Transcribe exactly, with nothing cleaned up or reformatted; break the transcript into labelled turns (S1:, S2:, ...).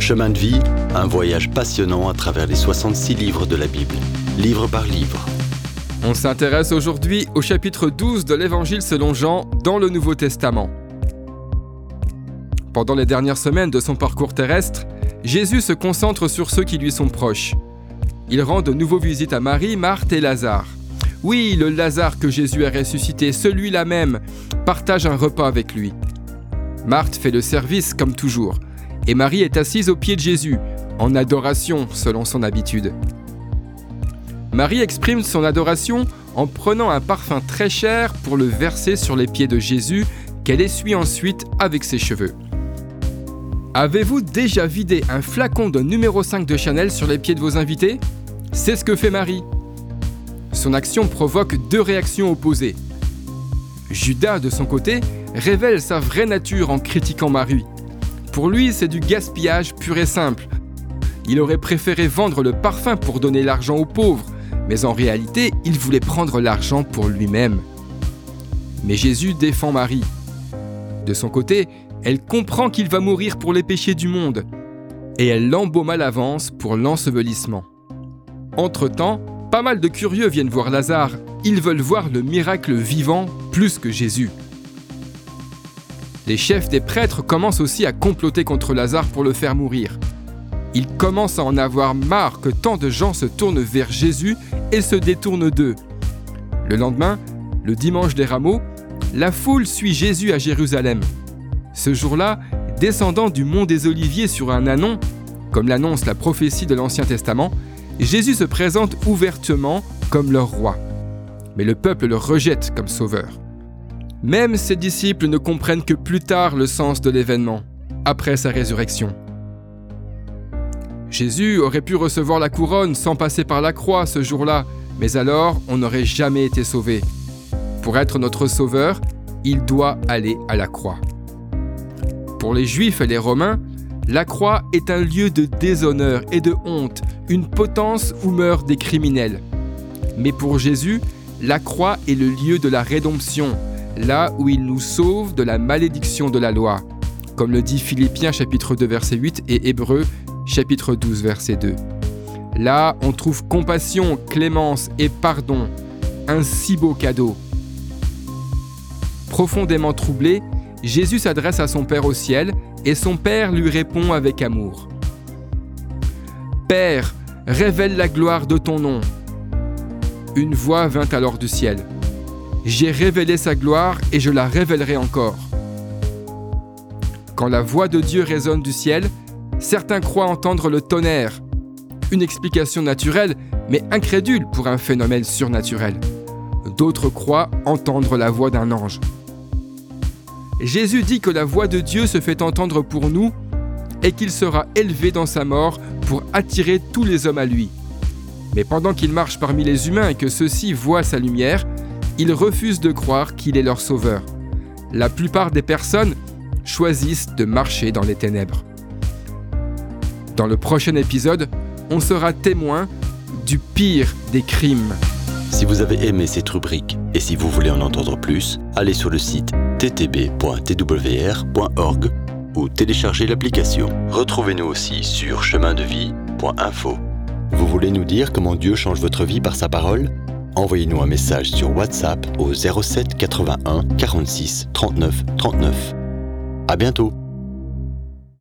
S1: Chemin de vie, un voyage passionnant à travers les soixante-six livres de la Bible, livre par livre.
S2: On s'intéresse aujourd'hui au chapitre douze de l'Évangile selon Jean dans le Nouveau Testament. Pendant les dernières semaines de son parcours terrestre, Jésus se concentre sur ceux qui lui sont proches. Il rend de nouveau visite à Marie, Marthe et Lazare. Oui, le Lazare que Jésus a ressuscité, celui-là même, partage un repas avec lui. Marthe fait le service comme toujours, et Marie est assise aux pieds de Jésus, en adoration selon son habitude. Marie exprime son adoration en prenant un parfum très cher pour le verser sur les pieds de Jésus, qu'elle essuie ensuite avec ses cheveux. Avez-vous déjà vidé un flacon de numéro cinq de Chanel sur les pieds de vos invités ? C'est ce que fait Marie. Son action provoque deux réactions opposées. Judas, de son côté, révèle sa vraie nature en critiquant Marie. Pour lui, c'est du gaspillage pur et simple. Il aurait préféré vendre le parfum pour donner l'argent aux pauvres, mais en réalité, il voulait prendre l'argent pour lui-même. Mais Jésus défend Marie. De son côté, elle comprend qu'il va mourir pour les péchés du monde, et elle l'embaume à l'avance pour l'ensevelissement. Entre-temps, pas mal de curieux viennent voir Lazare. Ils veulent voir le miracle vivant plus que Jésus. Les chefs des prêtres commencent aussi à comploter contre Lazare pour le faire mourir. Ils commencent à en avoir marre que tant de gens se tournent vers Jésus et se détournent d'eux. Le lendemain, le dimanche des Rameaux, la foule suit Jésus à Jérusalem. Ce jour-là, descendant du mont des Oliviers sur un ânon, comme l'annonce la prophétie de l'Ancien Testament, Jésus se présente ouvertement comme leur roi. Mais le peuple le rejette comme sauveur. Même ses disciples ne comprennent que plus tard le sens de l'événement, après sa résurrection. Jésus aurait pu recevoir la couronne sans passer par la croix ce jour-là, mais alors on n'aurait jamais été sauvé. Pour être notre sauveur, il doit aller à la croix. Pour les Juifs et les Romains, la croix est un lieu de déshonneur et de honte, une potence où meurent des criminels. Mais pour Jésus, la croix est le lieu de la rédemption, là où il nous sauve de la malédiction de la loi, comme le dit Philippiens chapitre deux verset huit et Hébreux chapitre douze verset deux. Là, on trouve compassion, clémence et pardon, un si beau cadeau. Profondément troublé, Jésus s'adresse à son Père au ciel et son Père lui répond avec amour. « Père, révèle la gloire de ton nom. » Une voix vint alors du ciel. « J'ai révélé sa gloire et je la révélerai encore. » Quand la voix de Dieu résonne du ciel, certains croient entendre le tonnerre, une explication naturelle mais incrédule pour un phénomène surnaturel. D'autres croient entendre la voix d'un ange. Jésus dit que la voix de Dieu se fait entendre pour nous et qu'il sera élevé dans sa mort pour attirer tous les hommes à lui. Mais pendant qu'il marche parmi les humains et que ceux-ci voient sa lumière, ils refusent de croire qu'il est leur sauveur. La plupart des personnes choisissent de marcher dans les ténèbres. Dans le prochain épisode, on sera témoin du pire des crimes.
S1: Si vous avez aimé cette rubrique et si vous voulez en entendre plus, allez sur le site t t b point t w r point org ou téléchargez l'application. Retrouvez-nous aussi sur chemin de vie point info. Vous voulez nous dire comment Dieu change votre vie par sa parole ? Envoyez-nous un message sur WhatsApp au zéro sept quatre-vingt-un quarante-six trente-neuf trente-neuf. À bientôt.